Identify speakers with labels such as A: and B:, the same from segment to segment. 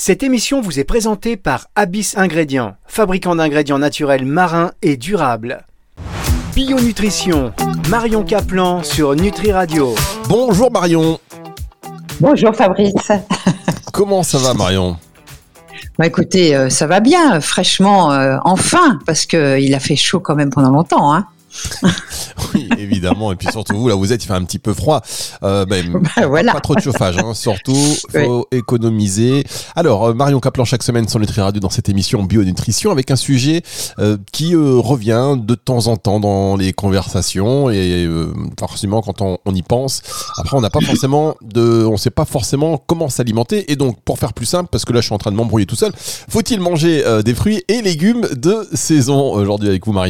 A: Cette émission vous est présentée par Abyss Ingrédients, fabricant d'ingrédients naturels marins et durables. Bio-nutrition, Marion Caplan sur Nutri Radio.
B: Bonjour Marion.
C: Bonjour Fabrice.
B: Comment ça va Marion ?
C: Bah écoutez, ça va bien, fraîchement, enfin, parce qu'il a fait chaud quand même pendant longtemps, hein.
B: Oui, évidemment, et puis surtout vous, là vous êtes, il fait un petit peu froid. Voilà. Pas trop de chauffage, hein. Surtout, faut économiser. Alors, Marion Caplan, chaque semaine sur Nutri Radio dans cette émission Bio-nutrition, avec un sujet qui revient de temps en temps dans les conversations, et forcément quand on y pense, après on n'a pas forcément on sait pas forcément comment s'alimenter, et donc pour faire plus simple, parce que là je suis en train de m'embrouiller tout seul, faut-il manger des fruits et légumes de saison aujourd'hui avec vous Marion ?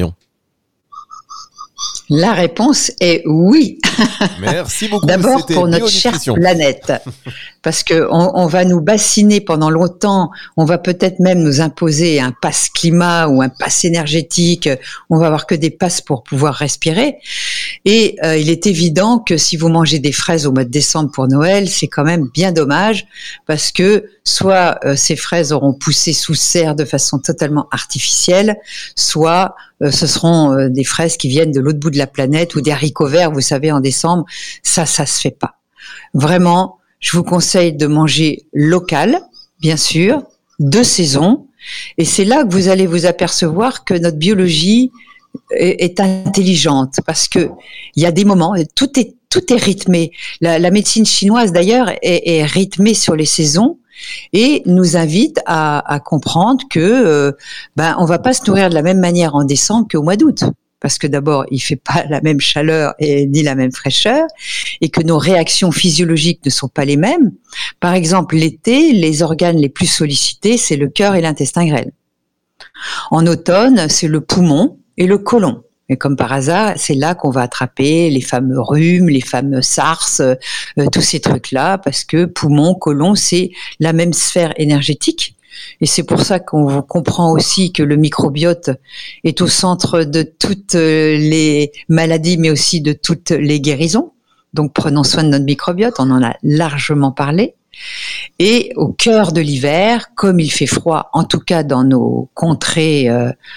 C: La réponse est oui.
B: Merci beaucoup.
C: D'abord pour notre chère planète, parce que on va nous bassiner pendant longtemps. On va peut-être même nous imposer un pass climat ou un pass énergétique. On va avoir que des passes pour pouvoir respirer. Et il est évident que si vous mangez des fraises au mois de décembre pour Noël, c'est quand même bien dommage, parce que soit ces fraises auront poussé sous serre de façon totalement artificielle, soit ce seront des fraises qui viennent de l'autre bout de la planète, ou des haricots verts, vous savez, en décembre. Ça se fait pas. Vraiment, je vous conseille de manger local, bien sûr, de saison. Et c'est là que vous allez vous apercevoir que notre biologie est intelligente, parce que il y a des moments, tout est rythmé. La médecine chinoise, d'ailleurs, est rythmée sur les saisons, et nous invite à comprendre que on va pas se nourrir de la même manière en décembre qu'au mois d'août, parce que d'abord il fait pas la même chaleur ni la même fraîcheur, et que nos réactions physiologiques ne sont pas les mêmes. Par exemple, l'été, les organes les plus sollicités, c'est le cœur et l'intestin grêle. En automne, c'est le poumon et le côlon. Et comme par hasard, c'est là qu'on va attraper les fameux rhumes, les fameux SARS, tous ces trucs-là, parce que poumon, côlon, c'est la même sphère énergétique. Et c'est pour ça qu'on comprend aussi que le microbiote est au centre de toutes les maladies, mais aussi de toutes les guérisons. Donc prenons soin de notre microbiote, on en a largement parlé. Et au cœur de l'hiver, comme il fait froid, en tout cas dans nos contrées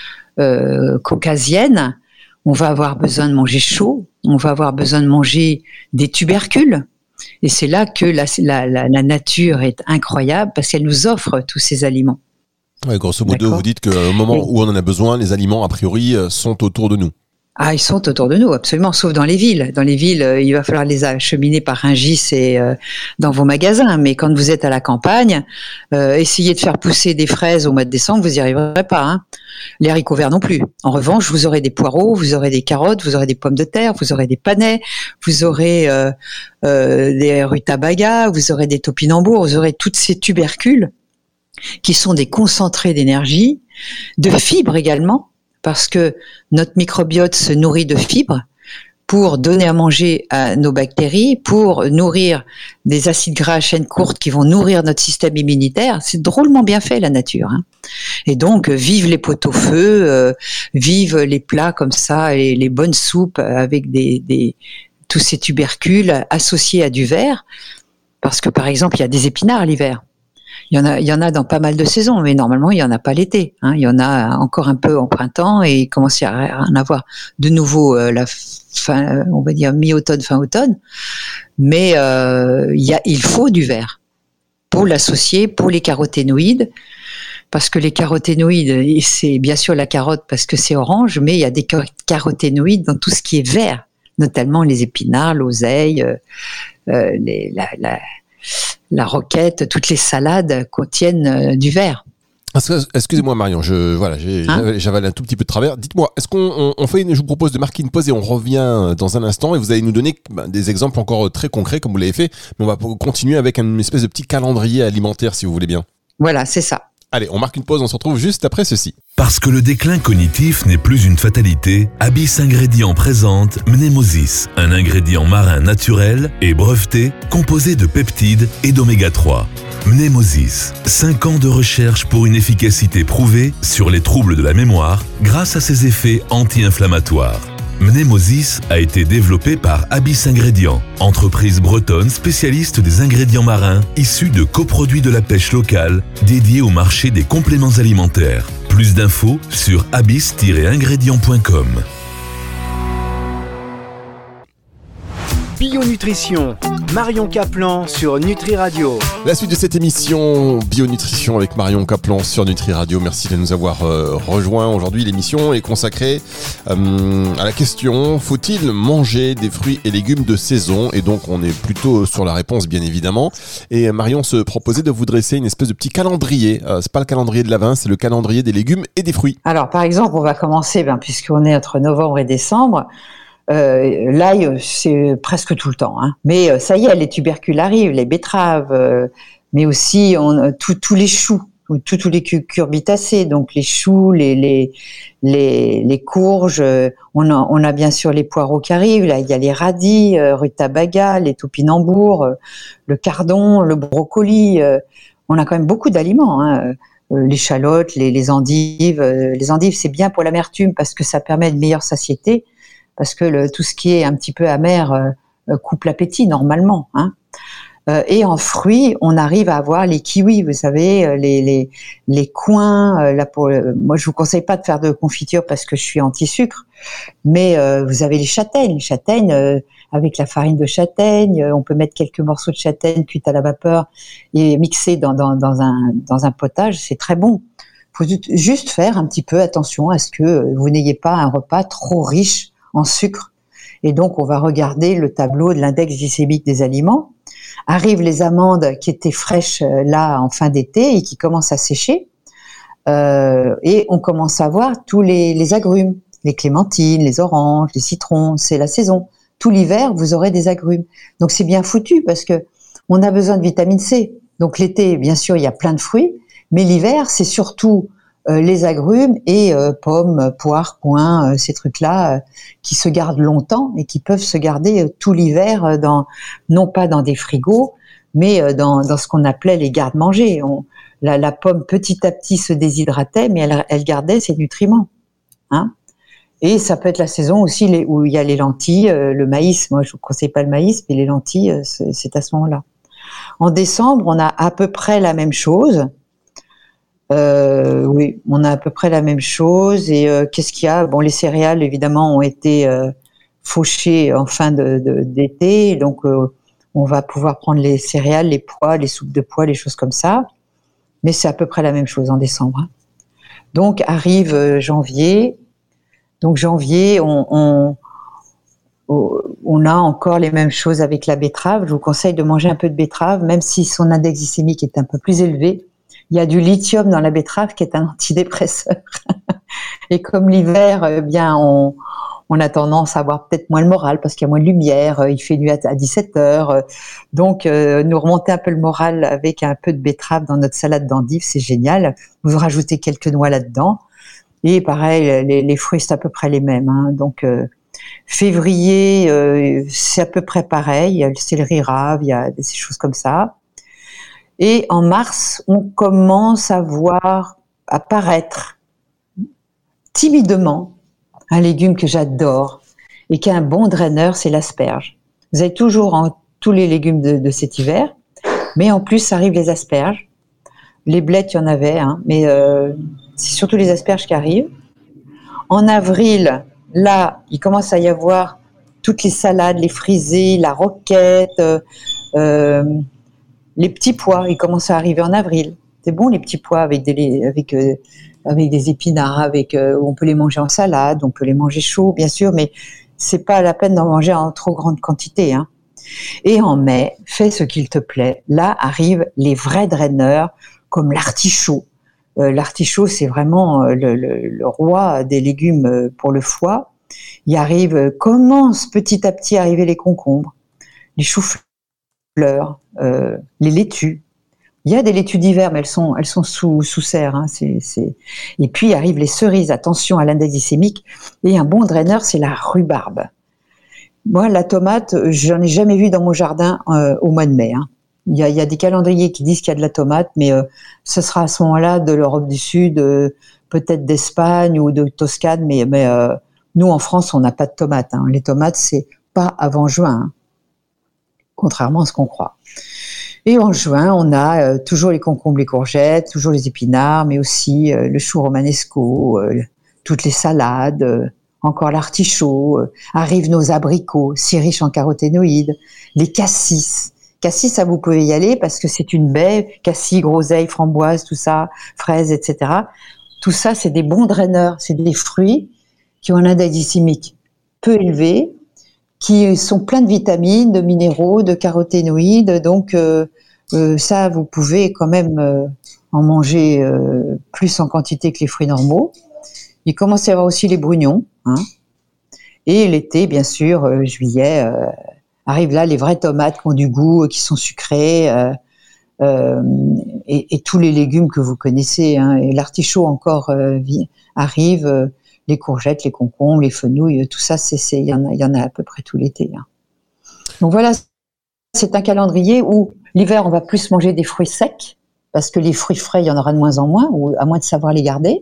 C: caucasiennes, on va avoir besoin de manger chaud, on va avoir besoin de manger des tubercules. Et c'est là que la nature est incroyable, parce qu'elle nous offre tous ces aliments.
B: Ouais, grosso modo, d'accord. Vous dites qu'au moment où on en a besoin, les aliments, a priori, sont autour de nous.
C: Ah, ils sont autour de nous, absolument, sauf dans les villes. Dans les villes, il va falloir les acheminer par Rungis et dans vos magasins. Mais quand vous êtes à la campagne, essayez de faire pousser des fraises au mois de décembre, vous n'y arriverez pas, hein. Les haricots verts non plus. En revanche, vous aurez des poireaux, vous aurez des carottes, vous aurez des pommes de terre, vous aurez des panais, vous aurez des rutabagas, vous aurez des topinambours, vous aurez tous ces tubercules qui sont des concentrés d'énergie, de fibres également, parce que notre microbiote se nourrit de fibres pour donner à manger à nos bactéries, pour nourrir des acides gras à chaîne courte qui vont nourrir notre système immunitaire. C'est drôlement bien fait, la nature, hein. Et donc, vive les pot-au-feu, vive les plats comme ça, et les bonnes soupes avec tous ces tubercules associés à du vert. Parce que, par exemple, il y a des épinards l'hiver. Il y en a dans pas mal de saisons, mais normalement, il y en a pas l'été, hein. Il y en a encore un peu en printemps, et il commence à en avoir de nouveau la fin, on va dire mi-automne, fin automne. Mais il faut du vert pour l'associer, pour les caroténoïdes, parce que les caroténoïdes, c'est bien sûr la carotte parce que c'est orange, mais il y a des caroténoïdes dans tout ce qui est vert, notamment les épinards, l'oseille, la roquette, toutes les salades contiennent du verre.
B: Excusez-moi Marion, j'avale un tout petit peu de travers. Dites-moi, est-ce je vous propose de marquer une pause et on revient dans un instant, et vous allez nous donner des exemples encore très concrets comme vous l'avez fait, mais on va continuer avec une espèce de petit calendrier alimentaire si vous voulez bien.
C: Voilà, c'est ça.
B: Allez, on marque une pause, on se retrouve juste après ceci.
D: Parce que le déclin cognitif n'est plus une fatalité, Abyss Ingrédients présente Mnemosis, un ingrédient marin naturel et breveté composé de peptides et d'oméga 3. Mnemosis, 5 ans de recherche pour une efficacité prouvée sur les troubles de la mémoire grâce à ses effets anti-inflammatoires. Mnemosis a été développé par Abyss Ingrédients, entreprise bretonne spécialiste des ingrédients marins issus de coproduits de la pêche locale dédiés au marché des compléments alimentaires. Plus d'infos sur abyss-ingrédients.com.
A: Bionutrition, Marion Caplan sur Nutri Radio.
B: La suite de cette émission Bionutrition avec Marion Caplan sur Nutri Radio. Merci de nous avoir rejoints. Aujourd'hui, l'émission est consacrée à la question: faut-il manger des fruits et légumes de saison? Et donc, on est plutôt sur la réponse, bien évidemment. Et Marion se proposait de vous dresser une espèce de petit calendrier. C'est pas le calendrier de l'Avent, c'est le calendrier des légumes et des fruits.
C: Alors, par exemple, on va commencer, puisqu'on est entre novembre et décembre. L'ail, c'est presque tout le temps, hein. Mais ça y est, les tubercules arrivent, les betteraves, mais aussi tous les choux, tous les cucurbitacées, donc les choux, les courges. On a bien sûr les poireaux qui arrivent. Là, il y a les radis, rutabaga, les topinambours, le cardon, le brocoli. On a quand même beaucoup d'aliments, hein. L'échalote, les endives. Les endives, c'est bien pour l'amertume parce que ça permet une meilleure satiété. Parce que tout ce qui est un petit peu amer coupe l'appétit normalement, hein. Et en fruits, on arrive à avoir les kiwis, vous savez, les coings. Moi, je vous conseille pas de faire de confiture parce que je suis anti-sucre, mais vous avez les châtaignes. Avec la farine de châtaigne, on peut mettre quelques morceaux de châtaigne cuites à la vapeur et mixer dans un potage, c'est très bon. Faut juste faire un petit peu attention à ce que vous n'ayez pas un repas trop riche en sucre. Et donc, on va regarder le tableau de l'index glycémique des aliments. Arrivent les amandes qui étaient fraîches là en fin d'été et qui commencent à sécher. Et on commence à voir tous les agrumes, les clémentines, les oranges, les citrons. C'est la saison. Tout l'hiver, vous aurez des agrumes. Donc, c'est bien foutu parce que on a besoin de vitamine C. Donc, l'été, bien sûr, il y a plein de fruits. Mais l'hiver, c'est surtout les agrumes et pommes, poires, coings, ces trucs-là qui se gardent longtemps et qui peuvent se garder tout l'hiver non pas dans des frigos, mais dans ce qu'on appelait les garde-manger. La pomme petit à petit se déshydratait, mais elle gardait ses nutriments, hein. Et ça peut être la saison aussi où il y a les lentilles, le maïs. Moi, je vous conseille pas le maïs, mais les lentilles, c'est à ce moment-là. En décembre, on a à peu près la même chose. Oui, on a à peu près la même chose. Et qu'est-ce qu'il y a? Bon, les céréales, évidemment, ont été fauchées en fin d'été. Donc, on va pouvoir prendre les céréales, les pois, les soupes de pois, les choses comme ça. Mais c'est à peu près la même chose en décembre, hein. Donc, arrive janvier. Donc, janvier, on a encore les mêmes choses avec la betterave. Je vous conseille de manger un peu de betterave, même si son index glycémique est un peu plus élevé. Il y a du lithium dans la betterave qui est un antidépresseur. Et comme l'hiver, on a tendance à avoir peut-être moins le moral parce qu'il y a moins de lumière, il fait nuit à 17h. Donc, nous remonter un peu le moral avec un peu de betterave dans notre salade d'endives, c'est génial. Vous rajoutez quelques noix là-dedans. Et pareil, les fruits, c'est à peu près les mêmes, hein. Donc, février, c'est à peu près pareil. Il y a le céleri rave, il y a ces choses comme ça. Et en mars, on commence à voir apparaître timidement un légume que j'adore et qui est un bon draineur, c'est l'asperge. Vous avez toujours tous les légumes de cet hiver, mais en plus, arrivent les asperges. Les blettes, il y en avait, hein, mais c'est surtout les asperges qui arrivent. En avril, là, il commence à y avoir toutes les salades, les frisées, la roquette, les petits pois, ils commencent à arriver en avril. C'est bon, les petits pois avec des épinards, on peut les manger en salade, on peut les manger chauds, bien sûr, mais c'est pas la peine d'en manger en trop grande quantité, hein. Et en mai, fais ce qu'il te plaît. Là arrivent les vrais draineurs, comme l'artichaut. L'artichaut, c'est vraiment le roi des légumes pour le foie. Commence petit à petit à arriver les concombres, les choux-fleurs, les laitues. Il y a des laitues d'hiver, mais elles sont sous serre, hein, Et puis arrivent les cerises. Attention à l'index glycémique. Et un bon draineur, c'est la rhubarbe. Moi, la tomate, j'en ai jamais vu dans mon jardin au mois de mai, hein. Il y a des calendriers qui disent qu'il y a de la tomate, mais ce sera à ce moment-là de l'Europe du Sud, peut-être d'Espagne ou de Toscane, mais Nous, en France, on n'a pas de tomates. Les tomates, c'est pas avant juin, contrairement à ce qu'on croit. Et en juin, on a toujours les concombres, les courgettes, toujours les épinards, mais aussi le chou romanesco, toutes les salades, encore l'artichaut, arrivent nos abricots, si riches en caroténoïdes, les cassis. Cassis, ça vous pouvez y aller parce que c'est une baie, cassis, groseille, framboise, tout ça, fraises, etc. Tout ça, c'est des bons draineurs, c'est des fruits qui ont un index glycémique peu élevé, qui sont pleins de vitamines, de minéraux, de caroténoïdes. Donc, ça, vous pouvez quand même en manger plus en quantité que les fruits normaux. Il commence à y avoir aussi les brugnons. Et l'été, bien sûr, juillet, arrivent là les vraies tomates qui ont du goût, qui sont sucrées, et tous les légumes que vous connaissez. Et l'artichaut encore arrive, les courgettes, les concombres, les fenouilles, tout ça, il y en a à peu près tout l'été. Donc voilà, c'est un calendrier où l'hiver, on va plus manger des fruits secs, parce que les fruits frais, il y en aura de moins en moins, ou à moins de savoir les garder.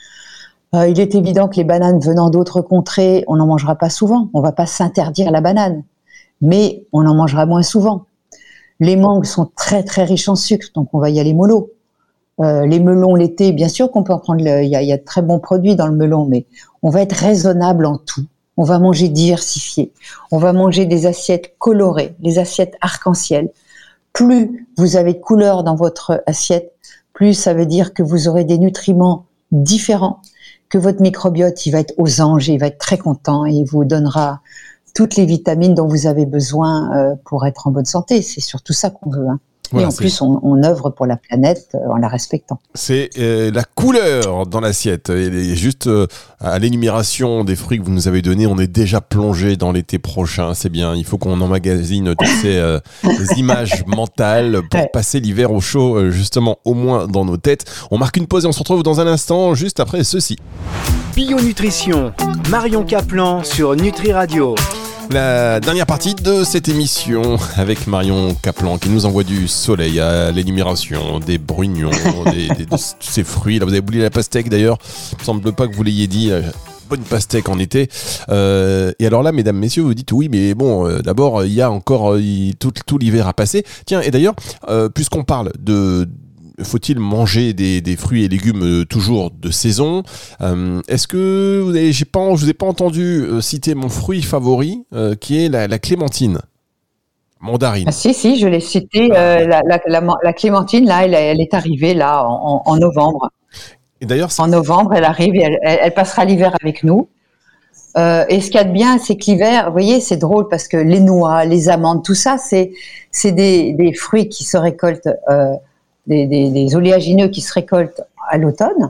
C: Il est évident que les bananes venant d'autres contrées, on n'en mangera pas souvent. On ne va pas s'interdire la banane, mais on en mangera moins souvent. Les mangues sont très très riches en sucre, donc on va y aller mollo. Les melons l'été, bien sûr qu'on peut en prendre, il y a de très bons produits dans le melon, mais on va être raisonnable en tout. On va manger diversifié. On va manger des assiettes colorées, des assiettes arc-en-ciel. Plus vous avez de couleurs dans votre assiette, plus ça veut dire que vous aurez des nutriments différents, que votre microbiote, il va être aux anges, il va être très content et il vous donnera toutes les vitamines dont vous avez besoin pour être en bonne santé. C'est surtout ça qu'on veut. Voilà, et en plus, on œuvre pour la planète en la respectant.
B: C'est la couleur dans l'assiette. Et juste à l'énumération des fruits que vous nous avez donnés, on est déjà plongé dans l'été prochain. C'est bien, il faut qu'on emmagasine toutes ces images mentales pour passer l'hiver au chaud, justement, au moins dans nos têtes. On marque une pause et on se retrouve dans un instant, juste après ceci.
A: Bio Nutrition, Marion Kaplan sur Nutri Radio.
B: La dernière partie de cette émission avec Marion Kaplan qui nous envoie du soleil à l'énumération des brugnons, de ces fruits. Là, vous avez oublié la pastèque d'ailleurs. Il ne semble pas que vous l'ayez dit. Bonne pastèque en été. Et alors là, mesdames, messieurs, vous dites oui, mais bon, d'abord, il y a encore tout l'hiver à passer. Tiens, et d'ailleurs, puisqu'on parle de... Faut-il manger des fruits et légumes toujours de saison ? Est-ce que je vous ai pas entendu citer mon fruit favori, qui est la clémentine, mandarine.
C: Ah, si, je l'ai cité. La clémentine, là, elle est arrivée là en novembre.
B: Et d'ailleurs,
C: en novembre, elle arrive et elle passera l'hiver avec nous. Et ce qu'il y a de bien, c'est que l'hiver, vous voyez, c'est drôle parce que les noix, les amandes, tout ça, c'est des fruits qui se récoltent. Des oléagineux qui se récoltent à l'automne,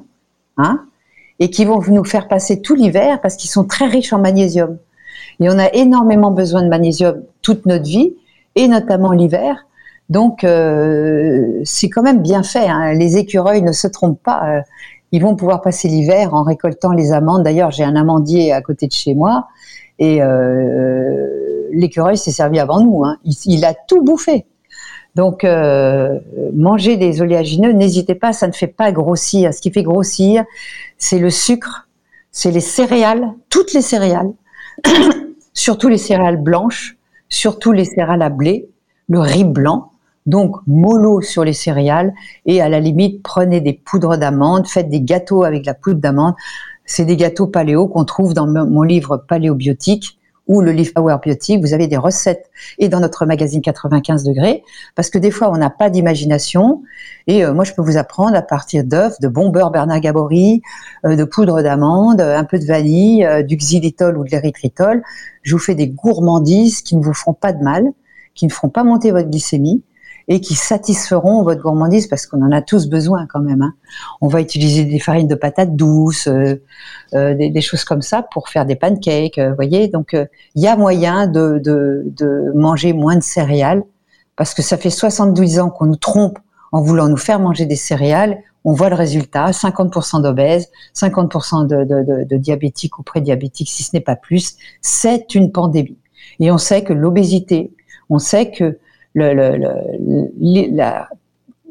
C: et qui vont nous faire passer tout l'hiver parce qu'ils sont très riches en magnésium. Et on a énormément besoin de magnésium toute notre vie, et notamment l'hiver. Donc, c'est quand même bien fait. Les écureuils ne se trompent pas. Ils vont pouvoir passer l'hiver en récoltant les amandes. D'ailleurs, j'ai un amandier à côté de chez moi, et l'écureuil s'est servi avant nous. Il a tout bouffé. Donc, manger des oléagineux, n'hésitez pas, ça ne fait pas grossir. Ce qui fait grossir, c'est le sucre, c'est les céréales, toutes les céréales, surtout les céréales blanches, surtout les céréales à blé, le riz blanc. Donc, mollo sur les céréales et à la limite, prenez des poudres d'amandes, faites des gâteaux avec la poudre d'amande. C'est des gâteaux paléo qu'on trouve dans mon livre Paléobiotique ou le livre Power Biotique. Vous avez des recettes et dans notre magazine 95 degrés, parce que des fois, on n'a pas d'imagination. Et moi, je peux vous apprendre à partir d'œufs, de bon beurre Bernard Gabory, de poudre d'amande, un peu de vanille, du xylitol ou de l'érythritol. Je vous fais des gourmandises qui ne vous feront pas de mal, qui ne feront pas monter votre glycémie et qui satisferont votre gourmandise parce qu'on en a tous besoin quand même. On va utiliser des farines de patates douces, des choses comme ça pour faire des pancakes, voyez. Donc, il y a moyen de manger moins de céréales parce que ça fait 72 ans qu'on nous trompe en voulant nous faire manger des céréales. On voit le résultat, 50% d'obèses, 50% de diabétiques ou prédiabétiques, si ce n'est pas plus. C'est une pandémie. Et on sait que l'obésité, on sait que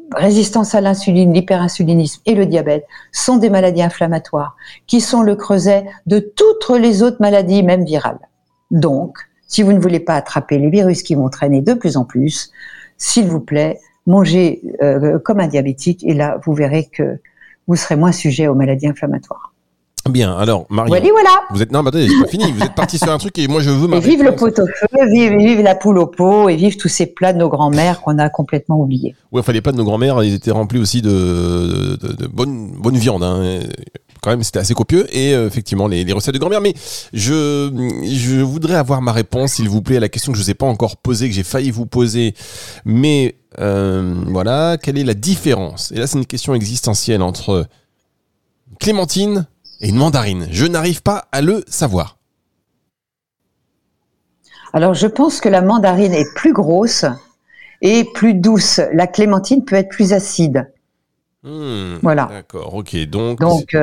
C: résistance à l'insuline, l'hyperinsulinisme et le diabète sont des maladies inflammatoires qui sont le creuset de toutes les autres maladies, même virales. Donc, si vous ne voulez pas attraper les virus qui vont traîner de plus en plus, s'il vous plaît, mangez comme un diabétique et là, vous verrez que vous serez moins sujet aux maladies inflammatoires.
B: Bien, alors Marion,
C: voilà.
B: Vous êtes attendez, c'est pas fini. Vous êtes parti sur un truc et moi je veux ma
C: réponse. Vive le pot-au-feu, vive la poule au pot et vive tous ces plats de nos grands-mères qu'on a complètement oubliés.
B: Ouais, enfin les plats de nos grands-mères, ils étaient remplis aussi de bonne viande. Hein. Quand même, c'était assez copieux et effectivement les recettes de grand-mère. Mais je voudrais avoir ma réponse, s'il vous plaît, à la question que je vous ai pas encore posée, que j'ai failli vous poser. Mais voilà, quelle est la différence ? Et là, c'est une question existentielle entre clémentine et une mandarine. Je n'arrive pas à le savoir.
C: Alors, je pense que la mandarine est plus grosse et plus douce. La clémentine peut être plus acide. Voilà.
B: D'accord, ok. Donc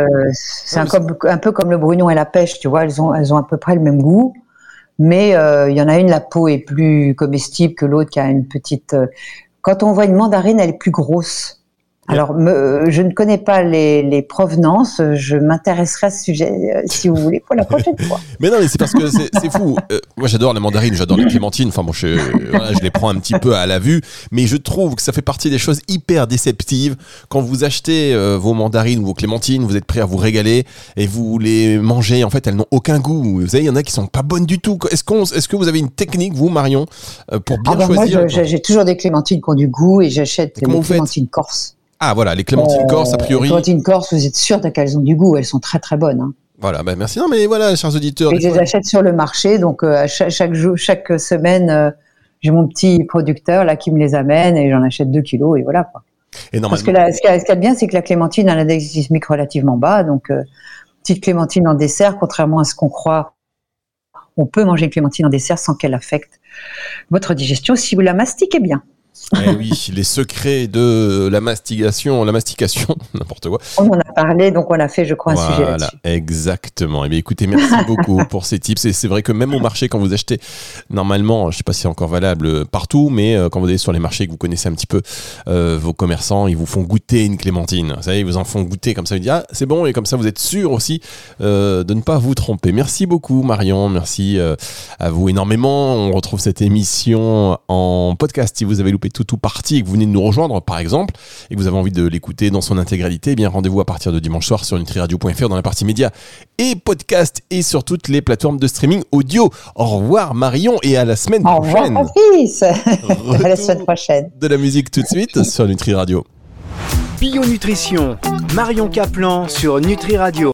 C: c'est un peu comme le brugnon et la pêche, tu vois, elles ont à peu près le même goût. Mais il y en a une, la peau est plus comestible que l'autre qui a une petite... Quand on voit une mandarine, elle est plus grosse. Alors, je ne connais pas les provenances, je m'intéresserai à ce sujet, si vous voulez, pour la prochaine fois.
B: Mais non, mais c'est parce que c'est fou. Moi, j'adore la mandarine, j'adore les clémentines. Enfin, bon, je les prends un petit peu à la vue, mais je trouve que ça fait partie des choses hyper déceptives. Quand vous achetez vos mandarines ou vos clémentines, vous êtes prêt à vous régaler et vous les mangez. En fait, elles n'ont aucun goût. Vous savez, il y en a qui sont pas bonnes du tout. Est-ce que vous avez une technique, vous, Marion, pour bien choisir?
C: Moi, j'ai toujours des clémentines qui ont du goût et j'achète des clémentines corse.
B: Ah voilà, les clémentines corse, a priori.
C: Les clémentines corse, vous êtes sûr qu'elles ont du goût, elles sont très très bonnes. Hein.
B: Voilà, bah merci. Non mais voilà, chers auditeurs.
C: Et je les achète sur le marché, donc chaque semaine, j'ai mon petit producteur là qui me les amène et j'en achète 2 kilos et voilà quoi. Et parce que ce qu'il y a de bien, c'est que la clémentine a un index glycémique relativement bas, donc petite clémentine en dessert, contrairement à ce qu'on croit, on peut manger une clémentine en dessert sans qu'elle affecte votre digestion si vous la mastiquez bien.
B: Eh oui, les secrets de la mastication, n'importe quoi.
C: On en a parlé, donc on a fait, je crois, un sujet là-dessus.
B: Exactement. Eh bien, écoutez, merci beaucoup pour ces tips. Et c'est vrai que même au marché, quand vous achetez, normalement, je ne sais pas si c'est encore valable partout, mais quand vous allez sur les marchés, que vous connaissez un petit peu vos commerçants, ils vous font goûter une clémentine. Vous savez, ils vous en font goûter, comme ça, vous dites, ah, c'est bon, et comme ça, vous êtes sûr aussi de ne pas vous tromper. Merci beaucoup, Marion. Merci à vous énormément. On retrouve cette émission en podcast si vous avez loupé tout parti et que vous venez de nous rejoindre par exemple et que vous avez envie de l'écouter dans son intégralité, eh bien rendez-vous à partir de dimanche soir sur nutriradio.fr dans la partie médias et podcast et sur toutes les plateformes de streaming audio. Au revoir Marion et à la semaine prochaine.
C: Au revoir Fabrice. À la semaine prochaine.
B: De la musique tout de suite sur Nutri Radio.
A: Bio Nutrition, Marion Kaplan sur Nutri Radio.